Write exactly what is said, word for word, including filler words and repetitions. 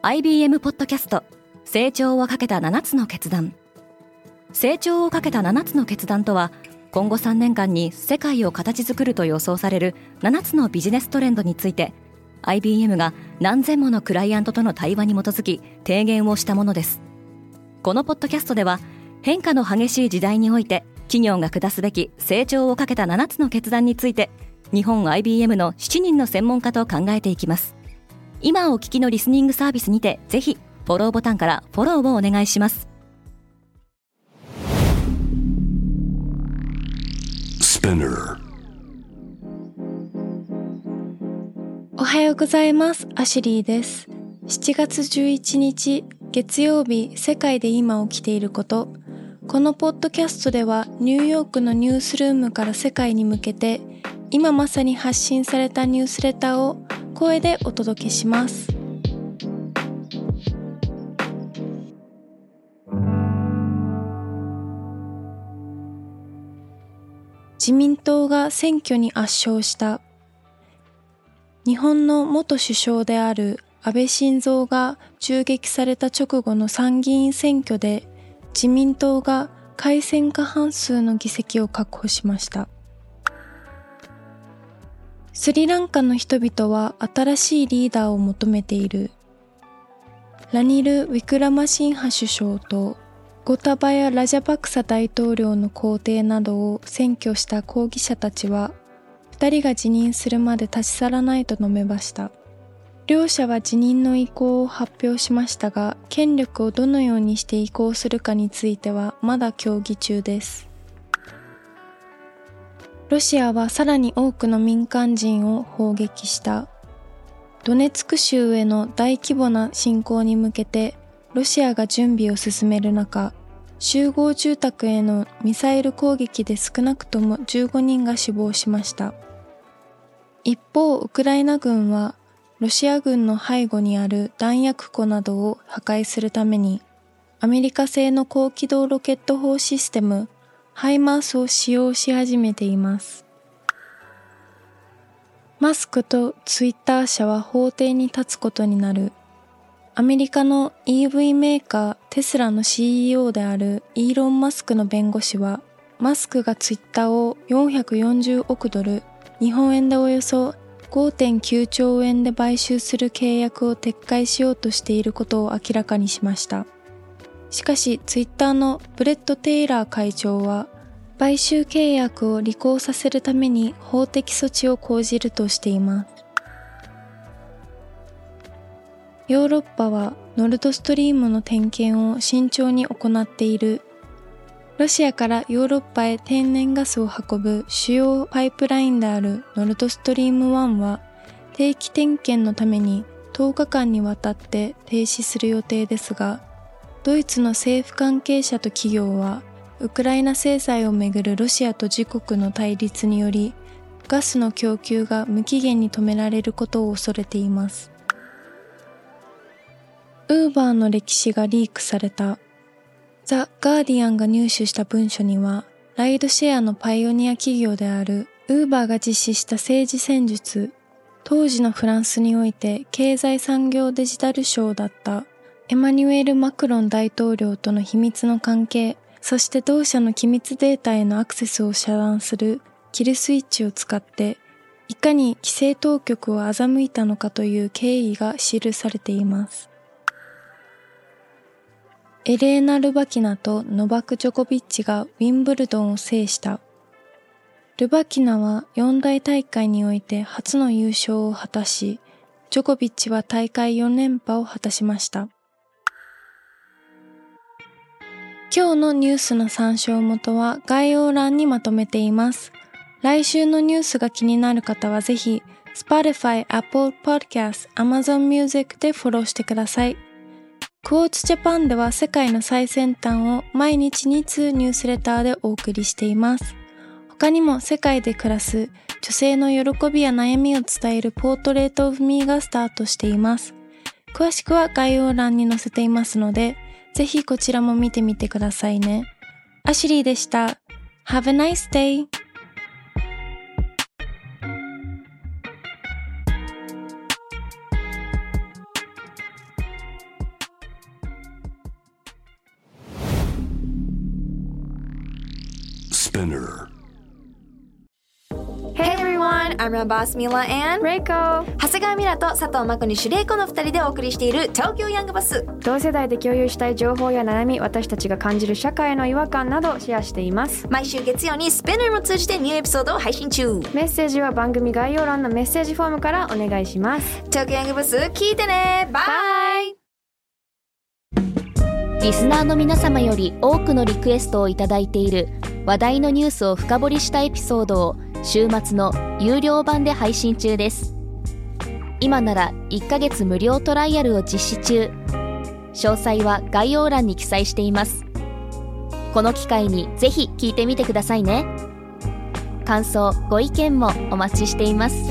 アイビーエム ポッドキャスト成長をかけたななつの決断。成長をかけたななつの決断とは、今後さんねんかんに世界を形作ると予想されるななつのビジネストレンドについて アイビーエム が何千ものクライアントとの対話に基づき提言をしたものです。このポッドキャストでは、変化の激しい時代において企業が下すべき成長をかけたななつの決断について、日本 アイビーエム のしちにんの専門家と考えていきます。今お聞きのリスニングサービスにて、ぜひフォローボタンからフォローをお願いします。 おはようございます。アシュリーです。しちがつじゅういちにち月曜日、世界で今起きていること。このポッドキャストでは、ニューヨークのニュースルームから世界に向けて、今まさに発信されたニュースレターを声でお届けします。自民党が選挙に圧勝した。日本の元首相である安倍晋三が銃撃された直後の参議院選挙で、自民党が改選過半数の議席を確保しました。スリランカの人々は新しいリーダーを求めている。ラニル・ウィクラマシンハ首相とゴタバヤ・ラジャパクサ大統領の公邸などを占拠した抗議者たちは、二人が辞任するまで立ち去らないと述べました。両者は辞任の意向を発表しましたが、権力をどのようにして移行するかについてはまだ協議中です。ロシアはさらに多くの民間人を砲撃した。ドネツク州への大規模な侵攻に向けて、ロシアが準備を進める中、集合住宅へのミサイル攻撃で少なくともじゅうごにんが死亡しました。一方、ウクライナ軍は、ロシア軍の背後にある弾薬庫などを破壊するために、アメリカ製の高機動ロケット砲システム、ハイマースを使用し始めています。マスクとツイッター社は法廷に立つことになる。アメリカの イーブイ メーカーテスラの シーイーオー であるイーロン・マスクの弁護士は、マスクがツイッターをよんひゃくよんじゅうおくドル、日本円でおよそ ごてんきゅうちょうえんで買収する契約を撤回しようとしていることを明らかにしました。しかし、ツイッターのブレット・テイラー会長は、買収契約を履行させるために法的措置を講じるとしています。ヨーロッパはノルドストリームの点検を慎重に行っている。ロシアからヨーロッパへ天然ガスを運ぶ主要パイプラインであるノルドストリームワンは、定期点検のためにとおかかんにわたって停止する予定ですが、ドイツの政府関係者と企業は、ウクライナ制裁をめぐるロシアと自国の対立により、ガスの供給が無期限に止められることを恐れています。ウーバーの歴史がリークされた。ザ・ガーディアンが入手した文書には、ライドシェアのパイオニア企業であるウーバーが実施した政治戦術、当時のフランスにおいて経済産業デジタル相だったエマニュエル・マクロン大統領との秘密の関係、そして同社の機密データへのアクセスを遮断するキルスイッチを使って、いかに規制当局を欺いたのかという経緯が記されています。エレーナ・ルバキナとノバク・ジョコビッチがウィンブルドンを制した。ルバキナは四大大会において初の優勝を果たし、ジョコビッチは大会よねんぱを果たしました。今日のニュースの参照元は概要欄にまとめています。来週のニュースが気になる方はぜひ、Spotify、Apple Podcast、Amazon Music でフォローしてください。クォーツジャパンでは世界の最先端を毎日につうニュースレターでお送りしています。他にも世界で暮らす女性の喜びや悩みを伝えるポートレートオブミーがスタートしています。詳しくは概要欄に載せていますので、ぜひこちらも見てみてくださいね。アシュリーでした。Have a nice day! Spinner. Hey everyone, I'm your boss Mila and Reiko。 長谷川ミラと佐藤真子にシュレイコのふたりでお送りしている東京ヤングバス。 同世代で共有したい情報や悩み、私たちが感じる社会の違和感などシェアしています。 毎週月曜にスピナーも通じてニューエピソードを配信中。 メッセージは番組概要欄のメッセージフォームからお願いします。 東京ヤングバス聞いてね。バイ。 リスナーの皆様より多くのリクエストをいただいている話題のニュースを深掘りしたエピソードを週末の有料版で配信中です。今ならいっかげつ無料トライアルを実施中。詳細は概要欄に記載しています。この機会にぜひ聞いてみてくださいね。感想、ご意見もお待ちしています。